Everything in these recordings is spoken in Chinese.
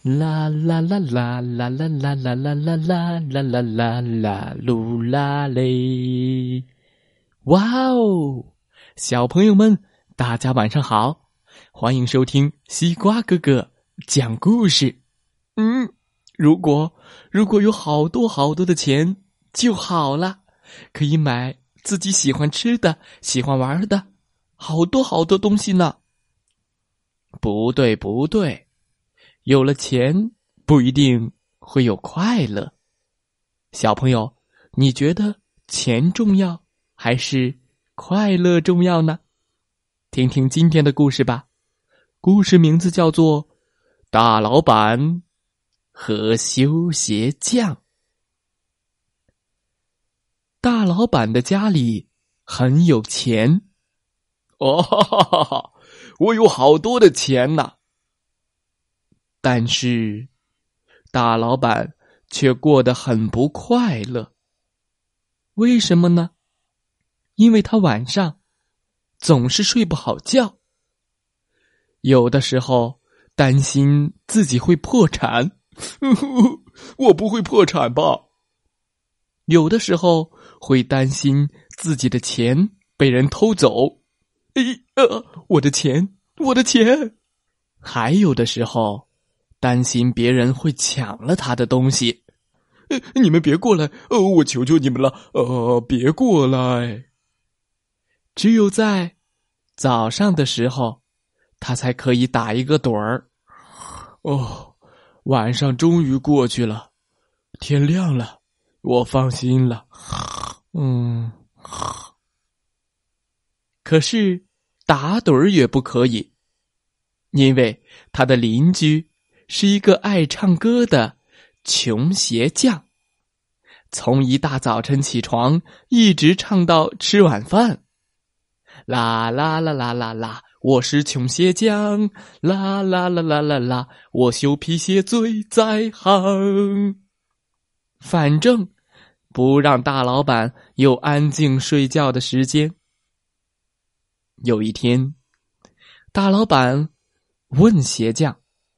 啦啦啦啦啦啦啦啦啦啦啦啦啦啦啦噜啦嘞！哇哦，小朋友们，大家晚上好，欢迎收听西瓜哥哥讲故事。如果有好多好多的钱就好了，可以买自己喜欢吃的、喜欢玩的，好多好多东西呢。不对，有了钱不一定会有快乐。小朋友，你觉得钱重要还是快乐重要呢？听听今天的故事吧。故事名字叫做《大老板和修鞋匠》。大老板的家里很有钱。我有好多的钱呢。但是大老板却过得很不快乐。为什么呢？因为他晚上总是睡不好觉，有的时候担心自己会破产。我不会破产吧？有的时候会担心自己的钱被人偷走。我的钱！还有的时候担心别人会抢了他的东西。你们别过来，我求求你们了，别过来。只有在早上的时候，他才可以打一个盹儿。晚上终于过去了，天亮了，我放心了。可是打盹儿也不可以，因为他的邻居是一个爱唱歌的穷鞋匠，从一大早晨起床一直唱到吃晚饭。啦啦啦啦啦啦，我是穷鞋匠，啦啦啦啦啦啦，我修皮鞋最在行。反正不让大老板有安静睡觉的时间。有一天，大老板问鞋匠：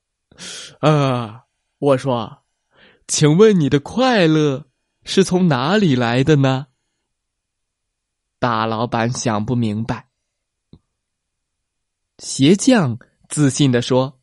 我说，请问你的快乐是从哪里来的呢？大老板想不明白。鞋匠自信地说：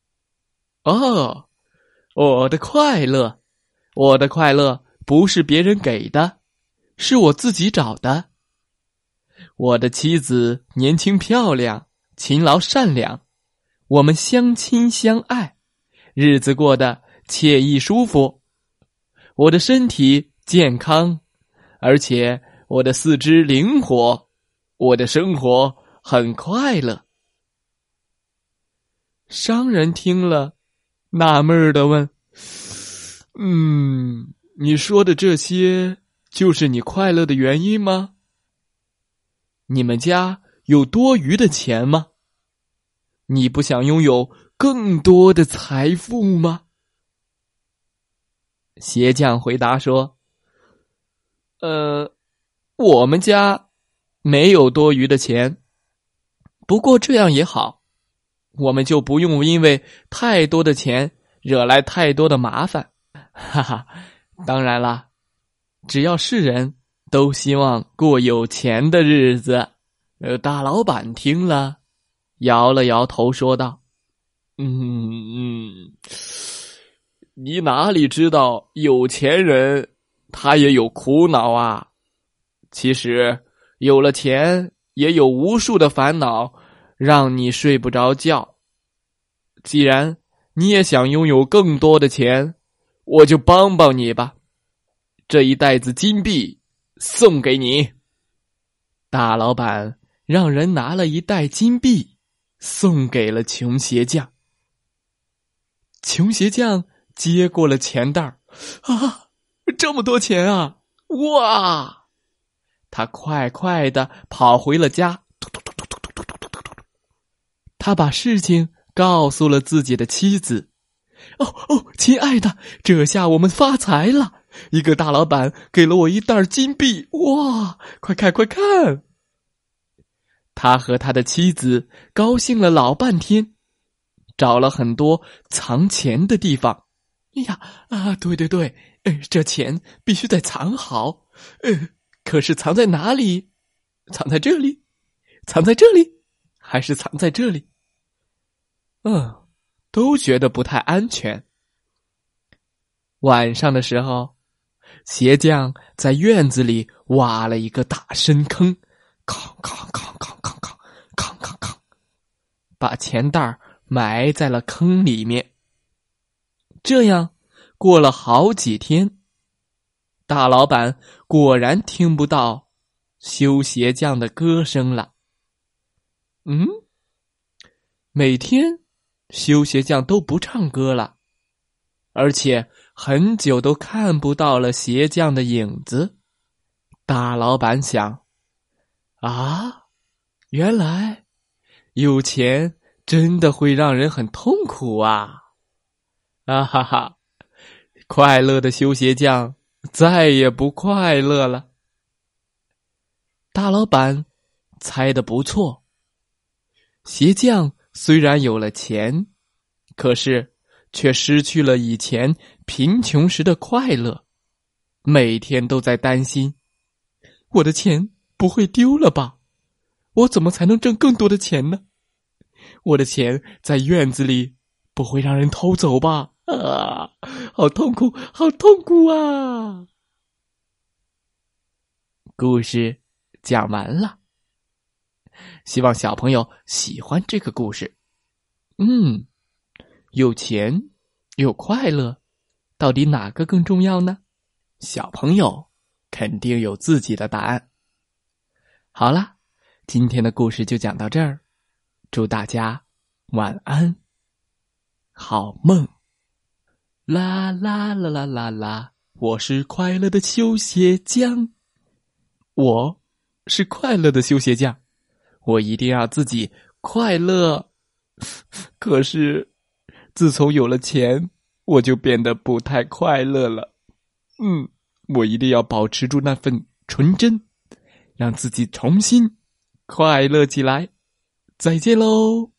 我的快乐不是别人给的，是我自己找的。我的妻子年轻漂亮，勤劳善良，我们相亲相爱，日子过得惬意舒服。我的身体健康，而且我的四肢灵活，我的生活很快乐。商人听了，纳闷地问：你说的这些就是你快乐的原因吗？你们家有多余的钱吗？你不想拥有更多的财富吗？鞋匠回答说：我们家没有多余的钱，不过这样也好，我们就不用因为太多的钱惹来太多的麻烦。当然啦，只要是人都希望过有钱的日子。大老板听了，摇了摇头说道：你哪里知道有钱人他也有苦恼啊。其实有了钱也有无数的烦恼让你睡不着觉。既然你也想拥有更多的钱，我就帮帮你吧。这一袋子金币送给你。大老板让人拿了一袋金币送给了穷鞋匠。穷鞋匠接过了钱袋。这么多钱啊！哇！他快快地跑回了家。他把事情告诉了自己的妻子。亲爱的，这下我们发财了！一个大老板给了我一袋金币，哇！快看！他和他的妻子高兴了老半天。 找了很多藏钱的地方。哎呀对，这钱必须得藏好。可是藏在哪里？藏在这里？藏在这里？还是藏在这里？都觉得不太安全。晚上的时候，鞋匠在院子里挖了一个大深坑，哐哐哐哐哐哐哐哐哐，把钱袋埋在了坑里面。这样过了好几天，大老板果然听不到修鞋匠的歌声了。每天修鞋匠都不唱歌了，而且很久都看不到了鞋匠的影子。大老板想，原来有钱真的会让人很痛苦啊！哈哈，快乐的修鞋匠再也不快乐了。大老板猜得不错，鞋匠虽然有了钱，可是却失去了以前贫穷时的快乐，每天都在担心，我的钱不会丢了吧？我怎么才能挣更多的钱呢？我的钱在院子里不会让人偷走吧？好痛苦，好痛苦啊！故事讲完了，希望小朋友喜欢这个故事。有钱有快乐，到底哪个更重要呢？小朋友肯定有自己的答案。好啦，今天的故事就讲到这儿，祝大家晚安，好梦。啦啦啦啦啦啦，我是快乐的修鞋匠，我是快乐的修鞋匠，我一定让自己快乐。可是自从有了钱，我就变得不太快乐了。我一定要保持住那份纯真，让自己重新快乐起来。再见喽。